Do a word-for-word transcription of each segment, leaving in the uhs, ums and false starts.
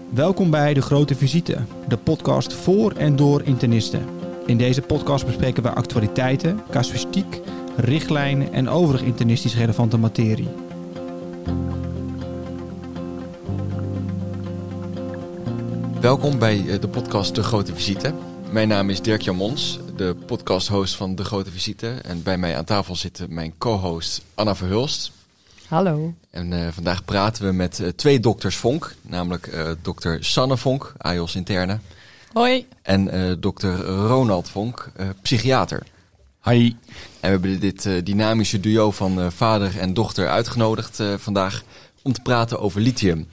Welkom bij De Grote Visite, de podcast voor en door internisten. In deze podcast bespreken we actualiteiten, casuïstiek, richtlijnen en overig internistisch relevante materie. Welkom bij de podcast De Grote Visite. Mijn naam is Dirk-Jan Mons, de podcast-host van De Grote Visite. En bij mij aan tafel zit mijn co-host Anna Verhulst. Hallo. En uh, vandaag praten we met uh, twee dokters Vonk, namelijk uh, dokter Sanne Vonk, A J O S interne. Hoi. En uh, dokter Ronald Vonk, uh, psychiater. Hi. En we hebben dit uh, dynamische duo van uh, vader en dochter uitgenodigd uh, vandaag om te praten over lithium.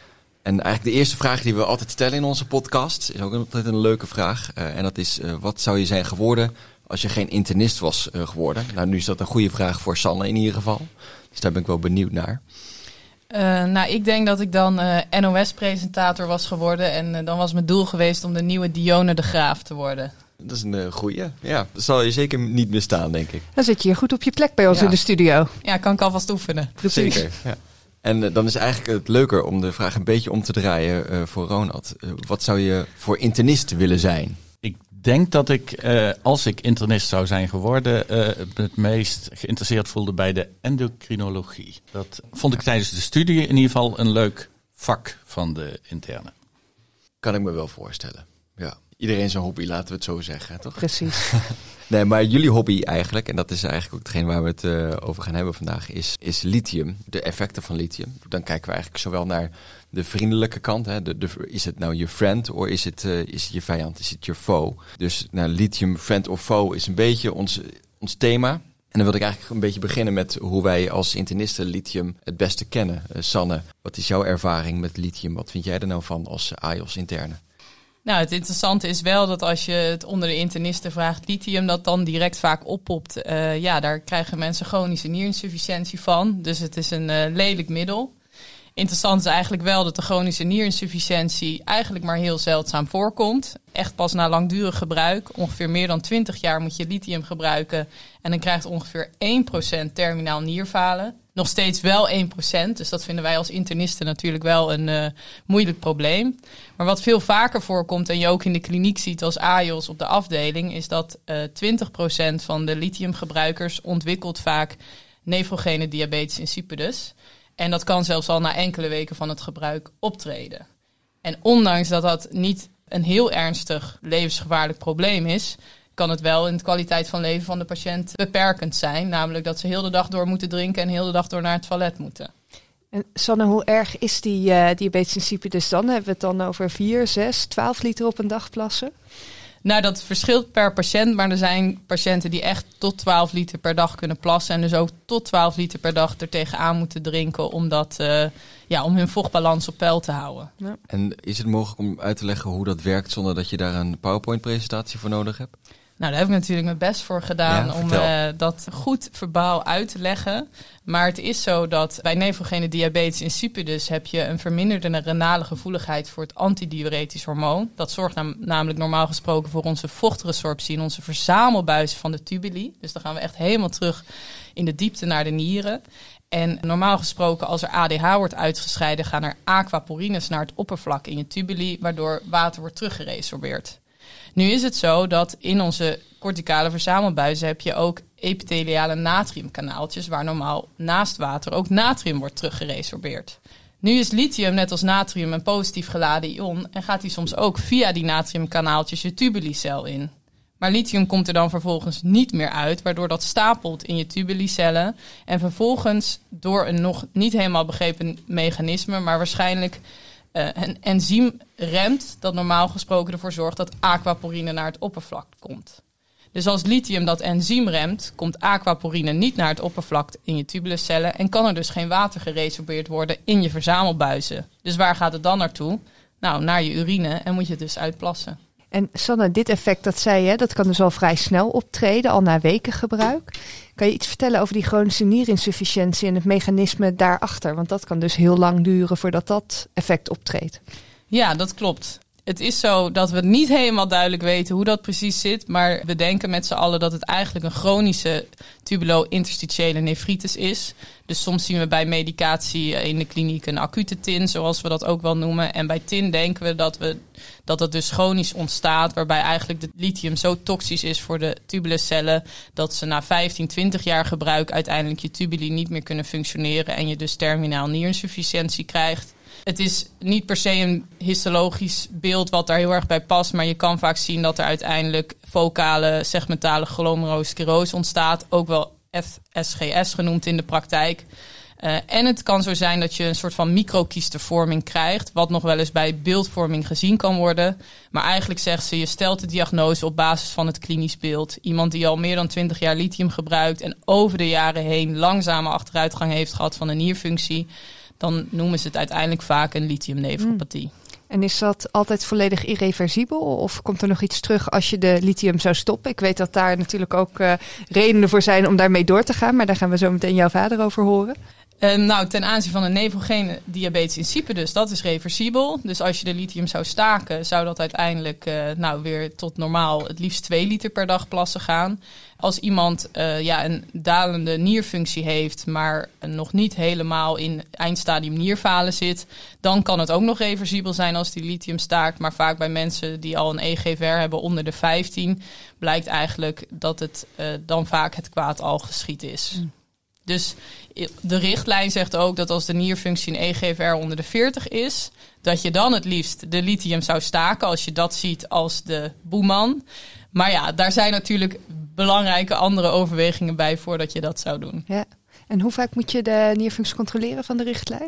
En eigenlijk de eerste vraag die we altijd stellen in onze podcast is ook altijd een leuke vraag. Uh, en dat is, uh, wat zou je zijn geworden als je geen internist was uh, geworden? Nou, nu is dat een goede vraag voor Sanne in ieder geval. Dus daar ben ik wel benieuwd naar. Uh, nou, ik denk dat ik dan uh, N O S-presentator was geworden. En uh, dan was mijn doel geweest om de nieuwe Dionne de Graaf te worden. Dat is een uh, goeie. Ja, dat zal je zeker niet misstaan, denk ik. Dan zit je hier goed op je plek bij ons Ja. in de studio. Ja, kan ik alvast oefenen. Precies. Zeker, ja. En uh, dan is eigenlijk het leuker om de vraag een beetje om te draaien uh, voor Ronald. Uh, wat zou je voor internist willen zijn? Ik denk dat ik, uh, als ik internist zou zijn geworden, uh, het meest geïnteresseerd voelde bij de endocrinologie. Dat vond ik tijdens de studie in ieder geval een leuk vak van de interne. Kan ik me wel voorstellen. Ja. Iedereen zijn hobby, laten we het zo zeggen, toch? Precies. Nee, maar jullie hobby eigenlijk, en dat is eigenlijk ook hetgeen waar we het uh, over gaan hebben vandaag, is, is lithium, de effecten van lithium. Dan kijken we eigenlijk zowel naar de vriendelijke kant. Hè, de, de, is het nou je friend of is het, uh, is het je vijand, is het je foe? Dus nou, lithium, friend of foe is een beetje ons, ons thema. En dan wil ik eigenlijk een beetje beginnen met hoe wij als internisten lithium het beste kennen. Uh, Sanne, wat is jouw ervaring met lithium? Wat vind jij er nou van als A J O S interne? Nou, het interessante is wel dat als je het onder de internisten vraagt lithium, dat dan direct vaak oppopt. Uh, ja, daar krijgen mensen chronische nierinsufficiëntie van. Dus het is een uh, lelijk middel. Interessant is eigenlijk wel dat de chronische nierinsufficiëntie eigenlijk maar heel zeldzaam voorkomt. Echt pas na langdurig gebruik. Ongeveer meer dan twintig jaar moet je lithium gebruiken. En dan krijgt ongeveer één procent terminaal nierfalen. Nog steeds wel één procent. Dus dat vinden wij als internisten natuurlijk wel een uh, moeilijk probleem. Maar wat veel vaker voorkomt en je ook in de kliniek ziet als A J O S op de afdeling, is dat uh, twintig procent van de lithiumgebruikers ontwikkelt vaak nefrogene diabetes insipidus. En dat kan zelfs al na enkele weken van het gebruik optreden. En ondanks dat dat niet een heel ernstig levensgevaarlijk probleem is, kan het wel in de kwaliteit van leven van de patiënt beperkend zijn. Namelijk dat ze heel de dag door moeten drinken en heel de dag door naar het toilet moeten. En Sanne, hoe erg is die uh, diabetes insipidus dan? Hebben we het dan over vier, zes, twaalf liter op een dag plassen? Nou, dat verschilt per patiënt, maar er zijn patiënten die echt tot twaalf liter per dag kunnen plassen. En dus ook tot twaalf liter per dag er tegenaan moeten drinken om, dat, uh, ja, om hun vochtbalans op peil te houden. Ja. En is het mogelijk om uit te leggen hoe dat werkt zonder dat je daar een PowerPoint-presentatie voor nodig hebt? Nou, daar heb ik natuurlijk mijn best voor gedaan ja, om uh, dat goed verbaal uit te leggen. Maar het is zo dat bij nefrogene diabetes insipidus heb je een verminderde renale gevoeligheid voor het antidiuretisch hormoon. Dat zorgt nam- namelijk normaal gesproken voor onze vochtresorptie en onze verzamelbuizen van de tubuli. Dus dan gaan we echt helemaal terug in de diepte naar de nieren. En normaal gesproken als er A D H wordt uitgescheiden, gaan er aquaporines naar het oppervlak in je tubuli, waardoor water wordt teruggeresorbeerd. Nu is het zo dat in onze corticale verzamelbuizen heb je ook epitheliale natriumkanaaltjes, waar normaal naast water ook natrium wordt teruggeresorbeerd. Nu is lithium net als natrium een positief geladen ion en gaat die soms ook via die natriumkanaaltjes je tubulicel in. Maar lithium komt er dan vervolgens niet meer uit, waardoor dat stapelt in je tubulicellen en vervolgens door een nog niet helemaal begrepen mechanisme, maar waarschijnlijk Uh, een enzym remt dat normaal gesproken ervoor zorgt dat aquaporine naar het oppervlak komt. Dus als lithium dat enzym remt, komt aquaporine niet naar het oppervlak in je tubuluscellen en kan er dus geen water geresorbeerd worden in je verzamelbuizen. Dus waar gaat het dan naartoe? Nou, naar je urine en moet je het dus uitplassen. En Sanne, dit effect, dat zei je, dat kan dus al vrij snel optreden, al na weken gebruik. Kan je iets vertellen over die chronische nierinsufficiëntie en het mechanisme daarachter? Want dat kan dus heel lang duren voordat dat effect optreedt. Ja, dat klopt. Het is zo dat we niet helemaal duidelijk weten hoe dat precies zit. Maar we denken met z'n allen dat het eigenlijk een chronische tubulo-interstitiële nefritis is. Dus soms zien we bij medicatie in de kliniek een acute T I N, zoals we dat ook wel noemen. En bij T I N denken we dat we dat het dus chronisch ontstaat, waarbij eigenlijk het lithium zo toxisch is voor de tubuluscellen dat ze na vijftien, twintig jaar gebruik uiteindelijk je tubuli niet meer kunnen functioneren en je dus terminaal nierinsufficiëntie krijgt. Het is niet per se een histologisch beeld wat daar heel erg bij past, maar je kan vaak zien dat er uiteindelijk focale segmentale glomerulosclerose ontstaat, ook wel F S G S genoemd in de praktijk. Uh, en het kan zo zijn dat je een soort van microkiestenvorming krijgt, wat nog wel eens bij beeldvorming gezien kan worden. Maar eigenlijk zegt ze, je stelt de diagnose op basis van het klinisch beeld. Iemand die al meer dan twintig jaar lithium gebruikt en over de jaren heen langzame achteruitgang heeft gehad van de nierfunctie, dan noemen ze het uiteindelijk vaak een lithiumnefropathie. Hmm. En is dat altijd volledig irreversibel? Of komt er nog iets terug als je de lithium zou stoppen? Ik weet dat daar natuurlijk ook uh, redenen voor zijn om daarmee door te gaan. Maar daar gaan we zo meteen jouw vader over horen. Uh, nou, ten aanzien van een nefrogene diabetes insipidus, dat is reversibel. Dus als je de lithium zou staken, zou dat uiteindelijk uh, nou, weer tot normaal het liefst twee liter per dag plassen gaan. Als iemand uh, ja, een dalende nierfunctie heeft, maar nog niet helemaal in eindstadium nierfalen zit, dan kan het ook nog reversibel zijn als die lithium staakt. Maar vaak bij mensen die al een E G F R hebben onder de vijftien, blijkt eigenlijk dat het uh, dan vaak het kwaad al geschied is. Mm. Dus de richtlijn zegt ook dat als de nierfunctie in E G F R onder de veertig is, dat je dan het liefst de lithium zou staken als je dat ziet als de boeman. Maar ja, daar zijn natuurlijk belangrijke andere overwegingen bij voordat je dat zou doen. Ja. En hoe vaak moet je de nierfunctie controleren van de richtlijn?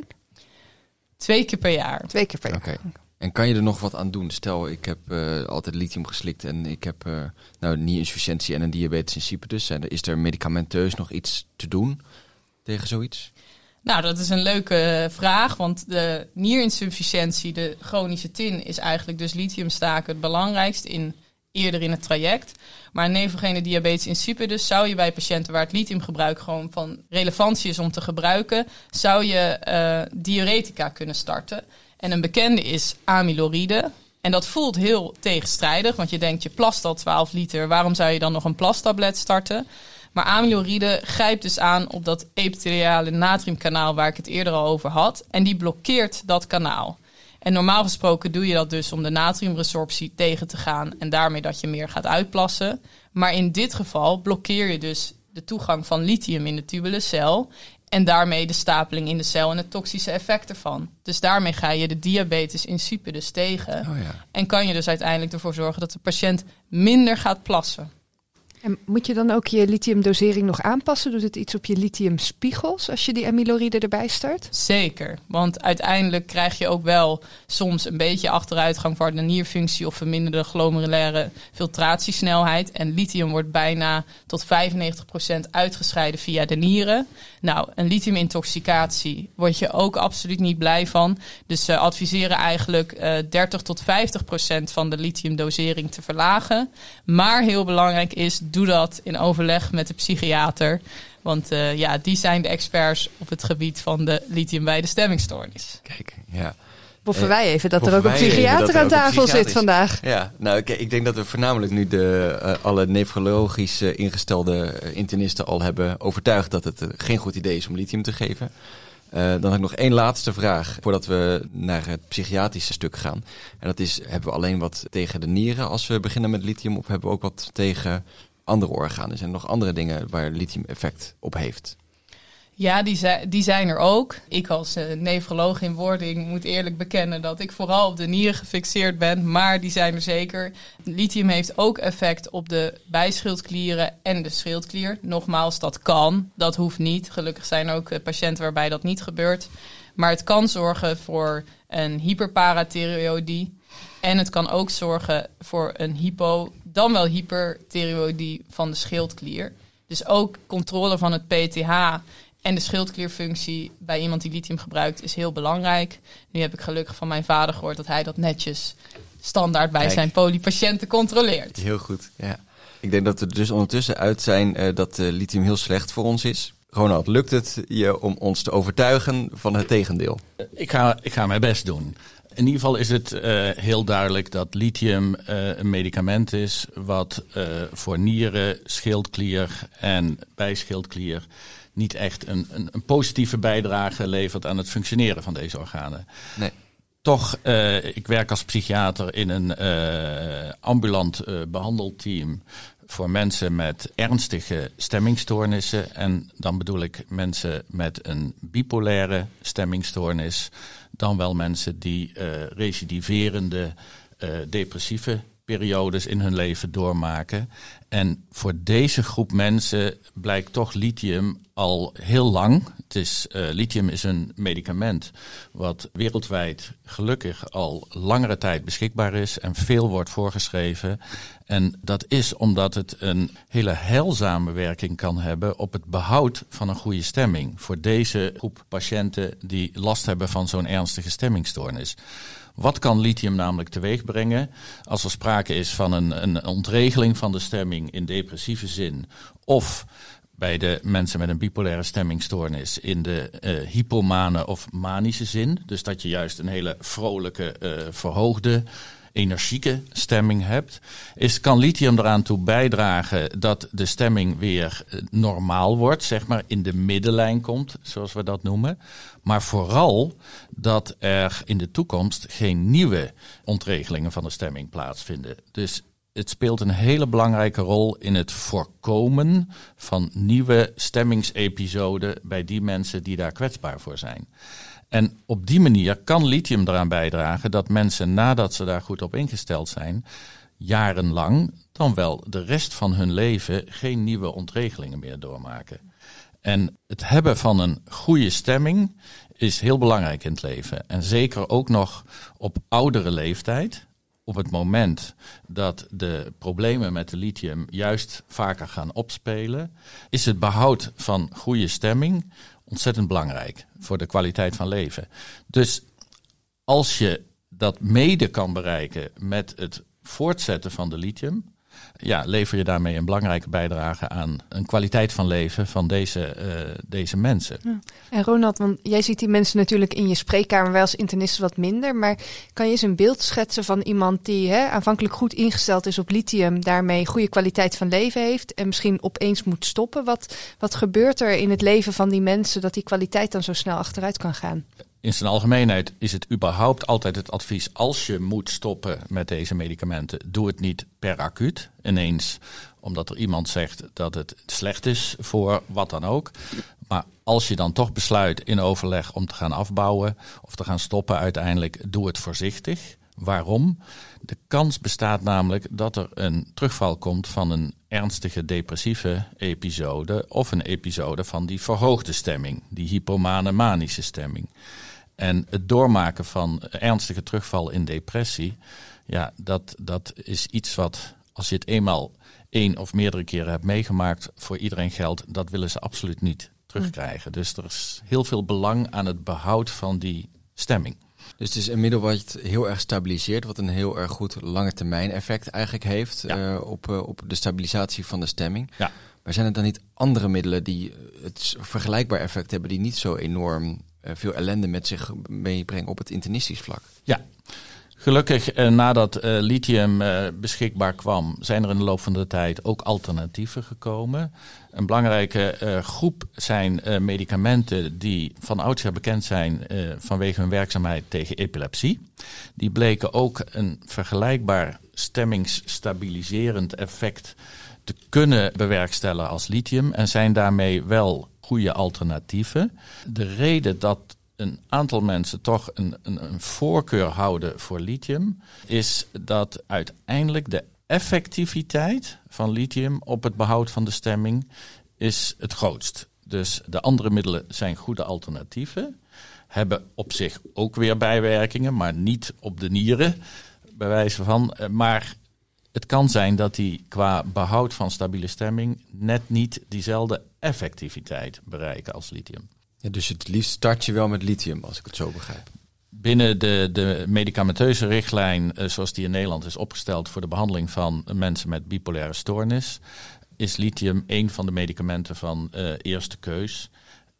Twee keer per jaar. Twee keer per jaar. Okay. En kan je er nog wat aan doen? Stel, ik heb uh, altijd lithium geslikt en ik heb uh, nou, nierinsufficiëntie en een diabetes insipidus. Is er medicamenteus nog iets te doen tegen zoiets? Nou, dat is een leuke vraag, want de nierinsufficiëntie, de chronische T I N, is eigenlijk dus lithiumstaken het belangrijkst in, eerder in het traject. Maar een nefrogene diabetes insipidus zou je bij patiënten waar het lithiumgebruik gewoon van relevantie is om te gebruiken, zou je uh, diuretica kunnen starten. En een bekende is amyloride. En dat voelt heel tegenstrijdig, want je denkt je plast al twaalf liter, waarom zou je dan nog een plastablet starten? Maar amyloride grijpt dus aan op dat epitheliale natriumkanaal waar ik het eerder al over had. En die blokkeert dat kanaal. En normaal gesproken doe je dat dus om de natriumresorptie tegen te gaan en daarmee dat je meer gaat uitplassen. Maar in dit geval blokkeer je dus de toegang van lithium in de tubuluscel en daarmee de stapeling in de cel en het toxische effect ervan. Dus daarmee ga je de diabetes insipidus tegen. Oh ja. En kan je dus uiteindelijk ervoor zorgen dat de patiënt minder gaat plassen. En moet je dan ook je lithiumdosering nog aanpassen? Doet het iets op je lithiumspiegels als je die amyloride erbij start? Zeker, want uiteindelijk krijg je ook wel soms een beetje achteruitgang van de nierfunctie of verminderde glomerulaire filtratiesnelheid. En lithium wordt bijna tot vijfennegentig procent uitgescheiden via de nieren. Nou, een lithiumintoxicatie word je ook absoluut niet blij van. Dus ze adviseren eigenlijk uh, dertig tot vijftig procent van de lithiumdosering te verlagen. Maar heel belangrijk is, doe dat in overleg met de psychiater. Want uh, ja, die zijn de experts op het gebied van de lithiumwijde stemmingstoornis. Kijk, ja. Boffen uh, wij even dat er ook een psychiater aan tafel zit vandaag. Ja, nou ik, ik denk dat we voornamelijk nu de, uh, alle nefrologisch uh, ingestelde uh, internisten al hebben overtuigd dat het uh, geen goed idee is om lithium te geven. Uh, dan heb ik nog één laatste vraag voordat we naar het psychiatrische stuk gaan. En dat is, hebben we alleen wat tegen de nieren als we beginnen met lithium of hebben we ook wat tegen andere organen? Zijn er nog andere dingen waar lithium effect op heeft? Ja, die zijn, die zijn er ook. Ik als uh, nefroloog in wording moet eerlijk bekennen dat ik vooral op de nieren gefixeerd ben. Maar die zijn er zeker. Lithium heeft ook effect op de bijschildklieren en de schildklier. Nogmaals, dat kan. Dat hoeft niet. Gelukkig zijn er ook uh, patiënten waarbij dat niet gebeurt. Maar het kan zorgen voor een hyperparathyreoïdie. En het kan ook zorgen voor een hypo, dan wel hyperthyreoïdie van de schildklier. Dus ook controle van het P T H en de schildklierfunctie bij iemand die lithium gebruikt is heel belangrijk. Nu heb ik gelukkig van mijn vader gehoord dat hij dat netjes standaard bij Kijk. zijn polypatiënten controleert. Heel goed, ja. Ik denk dat we er dus ondertussen uit zijn uh, dat uh, lithium heel slecht voor ons is. Ronald, lukt het je om ons te overtuigen van het tegendeel? Ik ga, ik ga mijn best doen. In ieder geval is het uh, heel duidelijk dat lithium uh, een medicament is wat uh, voor nieren, schildklier en bijschildklier niet echt een, een, een positieve bijdrage levert aan het functioneren van deze organen. Nee. Toch, uh, ik werk als psychiater in een uh, ambulant uh, behandelteam voor mensen met ernstige stemmingstoornissen. En dan bedoel ik mensen met een bipolaire stemmingstoornis. Dan wel mensen die uh, recidiverende uh, depressieve periodes in hun leven doormaken. En voor deze groep mensen blijkt toch lithium al heel lang. Het is, uh, lithium is een medicament wat wereldwijd gelukkig al langere tijd beschikbaar is en veel wordt voorgeschreven. En dat is omdat het een hele heilzame werking kan hebben op het behoud van een goede stemming. Voor deze groep patiënten die last hebben van zo'n ernstige stemmingstoornis. Wat kan lithium namelijk teweeg brengen als er sprake is van een, een ontregeling van de stemming in depressieve zin of bij de mensen met een bipolaire stemmingstoornis in de uh, hypomane of manische zin. Dus dat je juist een hele vrolijke, uh, verhoogde, energieke stemming hebt. Is, kan lithium eraan toe bijdragen dat de stemming weer normaal wordt, zeg maar in de middenlijn komt, zoals we dat noemen. Maar vooral dat er in de toekomst geen nieuwe ontregelingen van de stemming plaatsvinden. Dus het speelt een hele belangrijke rol in het voorkomen van nieuwe stemmingsepisoden bij die mensen die daar kwetsbaar voor zijn. En op die manier kan lithium eraan bijdragen dat mensen nadat ze daar goed op ingesteld zijn, jarenlang dan wel de rest van hun leven geen nieuwe ontregelingen meer doormaken. En het hebben van een goede stemming is heel belangrijk in het leven. En zeker ook nog op oudere leeftijd. Op het moment dat de problemen met de lithium juist vaker gaan opspelen, is het behoud van goede stemming ontzettend belangrijk voor de kwaliteit van leven. Dus als je dat mede kan bereiken met het voortzetten van de lithium, ja, lever je daarmee een belangrijke bijdrage aan een kwaliteit van leven van deze, uh, deze mensen. Ja. En Ronald, want jij ziet die mensen natuurlijk in je spreekkamer, wij als internisten wat minder, maar kan je eens een beeld schetsen van iemand die hè, aanvankelijk goed ingesteld is op lithium, daarmee goede kwaliteit van leven heeft en misschien opeens moet stoppen? Wat, wat gebeurt er in het leven van die mensen dat die kwaliteit dan zo snel achteruit kan gaan? In zijn algemeenheid is het überhaupt altijd het advies, als je moet stoppen met deze medicamenten, doe het niet per acuut. Ineens omdat er iemand zegt dat het slecht is voor wat dan ook. Maar als je dan toch besluit in overleg om te gaan afbouwen of te gaan stoppen uiteindelijk, doe het voorzichtig. Waarom? De kans bestaat namelijk dat er een terugval komt van een ernstige depressieve episode of een episode van die verhoogde stemming, die hypomane manische stemming. En het doormaken van ernstige terugval in depressie, ja, dat, dat is iets wat, als je het eenmaal één of meerdere keren hebt meegemaakt, voor iedereen geldt, dat willen ze absoluut niet terugkrijgen. Dus er is heel veel belang aan het behoud van die stemming. Dus het is een middel wat het heel erg stabiliseert, wat een heel erg goed lange termijn effect eigenlijk heeft ja. uh, op, uh, op de stabilisatie van de stemming. Ja. Maar zijn er dan niet andere middelen die het vergelijkbaar effect hebben, die niet zo enorm uh, veel ellende met zich meebrengen op het internistisch vlak? Ja. Gelukkig, eh, nadat eh, lithium eh, beschikbaar kwam, zijn er in de loop van de tijd ook alternatieven gekomen. Een belangrijke eh, groep zijn eh, medicamenten die van oudsher bekend zijn eh, vanwege hun werkzaamheid tegen epilepsie. Die bleken ook een vergelijkbaar stemmingsstabiliserend effect te kunnen bewerkstelligen als lithium en zijn daarmee wel goede alternatieven. De reden dat een aantal mensen toch een, een, een voorkeur houden voor lithium is dat uiteindelijk de effectiviteit van lithium op het behoud van de stemming is het grootst. Dus de andere middelen zijn goede alternatieven, hebben op zich ook weer bijwerkingen, maar niet op de nieren, bij wijze van. Maar het kan zijn dat die qua behoud van stabiele stemming net niet diezelfde effectiviteit bereiken als lithium. Ja, dus het liefst start je wel met lithium, als ik het zo begrijp. Binnen de, de medicamenteuze richtlijn, uh, zoals die in Nederland is opgesteld voor de behandeling van mensen met bipolaire stoornis, is lithium een van de medicamenten van uh, eerste keus.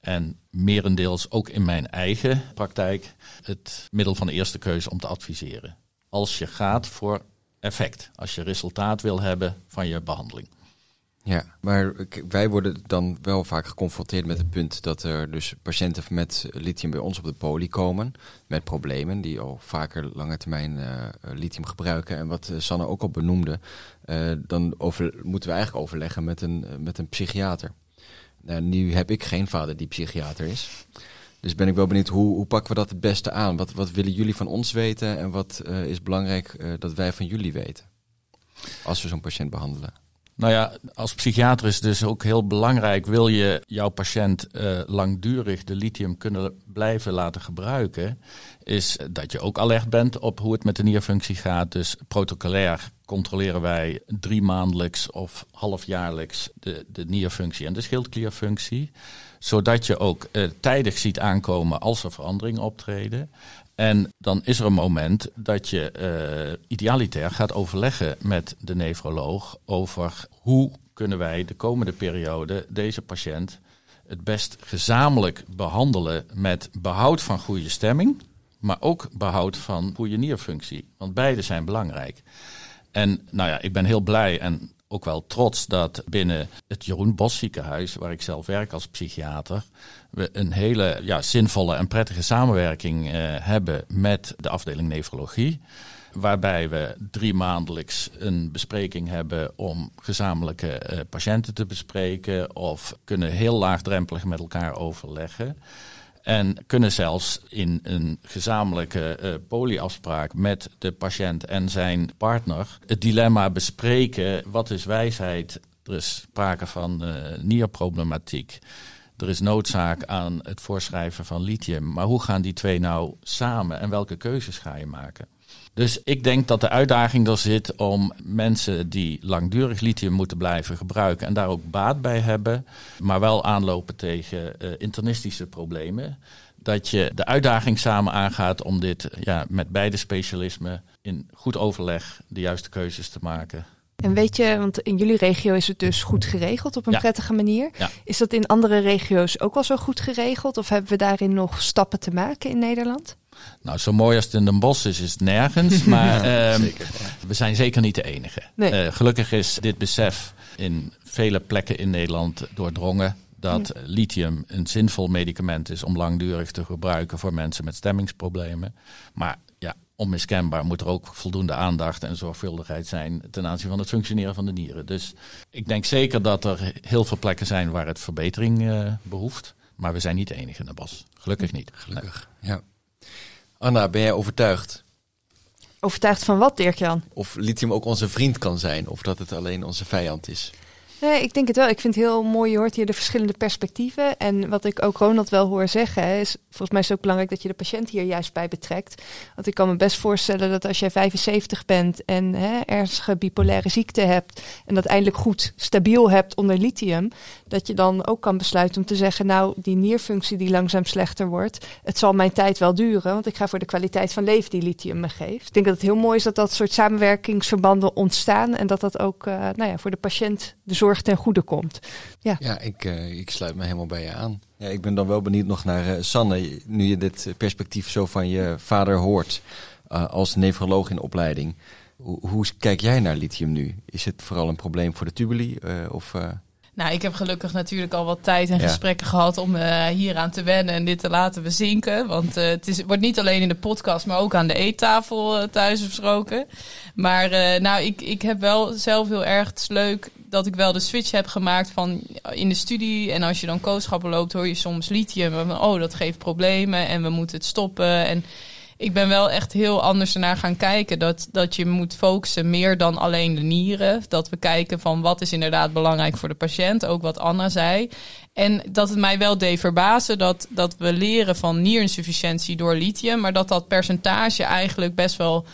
en merendeels ook in mijn eigen praktijk het middel van eerste keuze om te adviseren. Als je gaat voor effect, als je resultaat wil hebben van je behandeling. Ja, maar wij worden dan wel vaak geconfronteerd met het punt dat er dus patiënten met lithium bij ons op de poli komen met problemen die al vaker lange termijn uh, lithium gebruiken. En wat Sanne ook al benoemde, uh, dan over, moeten we eigenlijk overleggen met een, uh, met een psychiater. Uh, nu heb ik geen vader die psychiater is. Dus ben ik wel benieuwd, hoe, hoe pakken we dat het beste aan? Wat, wat willen jullie van ons weten en wat uh, is belangrijk uh, dat wij van jullie weten als we zo'n patiënt behandelen? Nou ja, als psychiater is het dus ook heel belangrijk, wil je jouw patiënt uh, langdurig de lithium kunnen blijven laten gebruiken, is dat je ook alert bent op hoe het met de nierfunctie gaat. Dus protocolair controleren wij drie maandelijks of halfjaarlijks de, de nierfunctie en de schildklierfunctie, zodat je ook uh, tijdig ziet aankomen als er veranderingen optreden. En dan is er een moment dat je uh, idealiter gaat overleggen met de nefroloog over hoe kunnen wij de komende periode deze patiënt het best gezamenlijk behandelen met behoud van goede stemming, maar ook behoud van goede nierfunctie. Want beide zijn belangrijk. En nou ja, ik ben heel blij en ook wel trots dat binnen het Jeroen Bosch ziekenhuis, waar ik zelf werk als psychiater, we een hele ja, zinvolle en prettige samenwerking uh, hebben met de afdeling nefrologie. Waarbij we drie maandelijks een bespreking hebben om gezamenlijke uh, patiënten te bespreken of kunnen heel laagdrempelig met elkaar overleggen. En kunnen zelfs in een gezamenlijke uh, polyafspraak met de patiënt en zijn partner het dilemma bespreken. Wat is wijsheid? Er is sprake van uh, nierproblematiek. Er is noodzaak aan het voorschrijven van lithium. Maar hoe gaan die twee nou samen en welke keuzes ga je maken? Dus ik denk dat de uitdaging er zit om mensen die langdurig lithium moeten blijven gebruiken en daar ook baat bij hebben, maar wel aanlopen tegen uh, internistische problemen, dat je de uitdaging samen aangaat om dit ja, met beide specialismen in goed overleg de juiste keuzes te maken. En weet je, want in jullie regio is het dus goed geregeld op een ja. prettige manier. Ja. Is dat in andere regio's ook wel zo goed geregeld? Of hebben we daarin nog stappen te maken in Nederland? Nou, zo mooi als het in Den Bosch is, is het nergens. Maar ja, um, zeker, ja. we zijn zeker niet de enige. Nee. Uh, gelukkig is dit besef in vele plekken in Nederland doordrongen dat ja. lithium een zinvol medicament is om langdurig te gebruiken voor mensen met stemmingsproblemen. Maar ja, onmiskenbaar moet er ook voldoende aandacht en zorgvuldigheid zijn ten aanzien van het functioneren van de nieren. Dus ik denk zeker dat er heel veel plekken zijn waar het verbetering uh, behoeft. Maar we zijn niet de enige in Den Bosch. Gelukkig niet. Gelukkig, nee. ja. Anna, ben jij overtuigd? Overtuigd van wat, Dirk-Jan? Of lithium ook onze vriend kan zijn, of dat het alleen onze vijand is? Nee, ik denk het wel. Ik vind het heel mooi, je hoort hier de verschillende perspectieven. En wat ik ook Ronald wel hoor zeggen, is volgens mij is het ook belangrijk dat je de patiënt hier juist bij betrekt. Want ik kan me best voorstellen dat als jij vijfenzeventig bent en hè, ernstige bipolaire ziekte hebt en dat eindelijk goed stabiel hebt onder lithium, dat je dan ook kan besluiten om te zeggen, nou, die nierfunctie die langzaam slechter wordt, het zal mijn tijd wel duren, want ik ga voor de kwaliteit van leven die lithium me geeft. Ik denk dat het heel mooi is dat dat soort samenwerkingsverbanden ontstaan en dat dat ook uh, nou ja, voor de patiënt de zorg ten goede komt. Ja, ja ik, uh, ik sluit me helemaal bij je aan. Ja, ik ben dan wel benieuwd nog naar uh, Sanne, nu je dit perspectief zo van je vader hoort uh, als nefroloog in opleiding. Hoe, hoe kijk jij naar lithium nu? Is het vooral een probleem voor de tubuli? Uh, of, uh... Nou, ik heb gelukkig natuurlijk al wat tijd en ja. gesprekken gehad om uh, hieraan te wennen en dit te laten bezinken. Want uh, het is, wordt niet alleen in de podcast, maar ook aan de eettafel uh, thuis besproken. Maar uh, nou, ik, ik heb wel zelf heel erg, het is leuk dat ik wel de switch heb gemaakt van in de studie. En als je dan kooschappen loopt, hoor je soms lithium. Van, oh, dat geeft problemen en we moeten het stoppen. En ik ben wel echt heel anders ernaar gaan kijken. Dat, dat je moet focussen meer dan alleen de nieren. Dat we kijken van wat is inderdaad belangrijk voor de patiënt. Ook wat Anna zei. En dat het mij wel deed verbazen dat, dat we leren van nierinsufficiëntie door lithium. Maar dat dat percentage eigenlijk best wel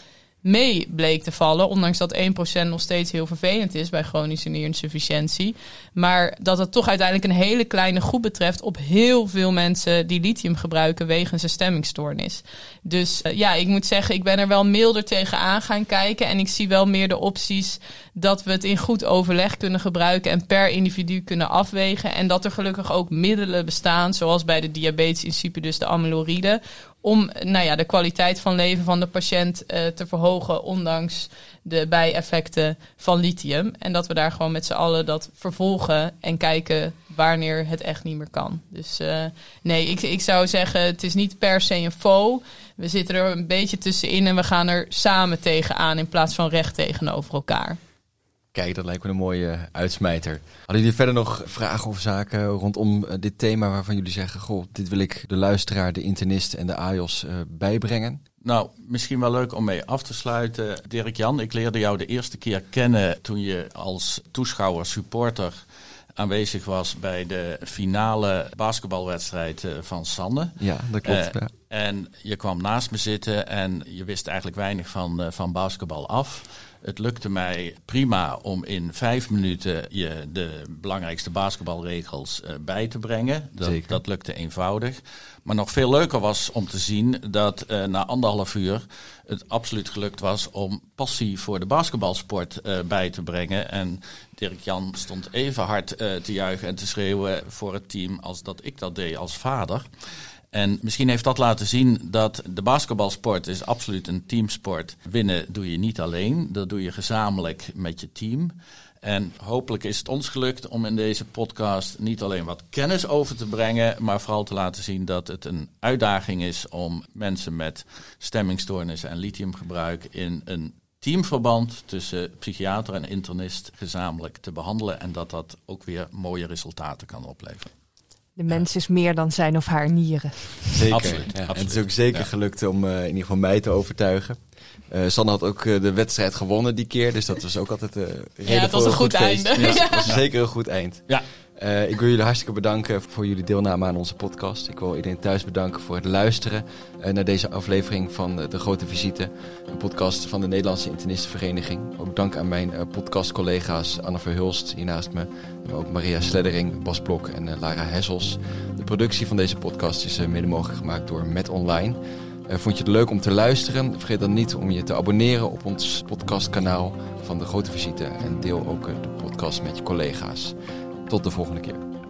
mee bleek te vallen. Ondanks dat één procent nog steeds heel vervelend is bij chronische nierinsufficiëntie. Maar dat het toch uiteindelijk een hele kleine groep betreft op heel veel mensen die lithium gebruiken wegens een stemmingstoornis. Dus uh, ja, ik moet zeggen, ik ben er wel milder tegenaan gaan kijken. En ik zie wel meer de opties dat we het in goed overleg kunnen gebruiken en per individu kunnen afwegen. En dat er gelukkig ook middelen bestaan, zoals bij de diabetes insipidus, de amyloride, om nou ja, de kwaliteit van leven van de patiënt uh, te verhogen, ondanks de bijeffecten van lithium. En dat we daar gewoon met z'n allen dat vervolgen en kijken wanneer het echt niet meer kan. Dus uh, nee, ik, ik zou zeggen, het is niet per se een foe. We zitten er een beetje tussenin en we gaan er samen tegenaan in plaats van recht tegenover elkaar. Kijk, dat lijkt me een mooie uitsmijter. Hadden jullie verder nog vragen of zaken rondom uh, dit thema waarvan jullie zeggen, goh, dit wil ik de luisteraar, de internist en de A J O S uh, bijbrengen? Nou, misschien wel leuk om mee af te sluiten. Dirk-Jan, ik leerde jou de eerste keer kennen toen je als toeschouwer, supporter aanwezig was bij de finale basketbalwedstrijd van Sanne. Ja, dat klopt. Uh, ja. En je kwam naast me zitten en je wist eigenlijk weinig van, uh, van basketbal af. Het lukte mij prima om in vijf minuten je de belangrijkste basketbalregels uh, bij te brengen. Dat, dat lukte eenvoudig. Maar nog veel leuker was om te zien dat uh, na anderhalf uur het absoluut gelukt was om passie voor de basketbalsport uh, bij te brengen. En Dirk-Jan stond even hard uh, te juichen en te schreeuwen voor het team als dat ik dat deed als vader. En misschien heeft dat laten zien dat de basketbalsport is absoluut een teamsport. Winnen doe je niet alleen, dat doe je gezamenlijk met je team. En hopelijk is het ons gelukt om in deze podcast niet alleen wat kennis over te brengen, maar vooral te laten zien dat het een uitdaging is om mensen met stemmingstoornissen en lithiumgebruik in een teamverband tussen psychiater en internist gezamenlijk te behandelen. En dat dat ook weer mooie resultaten kan opleveren. De mens is meer dan zijn of haar nieren. Zeker. Absoluut, ja. absoluut. En het is ook zeker ja. gelukt om uh, in ieder geval mij te overtuigen. Uh, Sanne had ook uh, de wedstrijd gewonnen die keer. Dus dat was ook altijd uh, reden ja, het was voor een goed, goed einde. Ja, het was zeker een goed eind. Ja. Uh, ik wil jullie hartstikke bedanken voor jullie deelname aan onze podcast. Ik wil iedereen thuis bedanken voor het luisteren uh, naar deze aflevering van uh, De Grote Visite. Een podcast van de Nederlandse Internistenvereniging. Ook dank aan mijn uh, podcastcollega's Anne Verhulst hier naast me. Maar ook Maria Sleddering, Bas Blok en uh, Lara Hessels. De productie van deze podcast is uh, mede mogelijk gemaakt door Met Online. Uh, vond je het leuk om te luisteren? Vergeet dan niet om je te abonneren op ons podcastkanaal van De Grote Visite. En deel ook uh, de podcast met je collega's. Tot de volgende keer.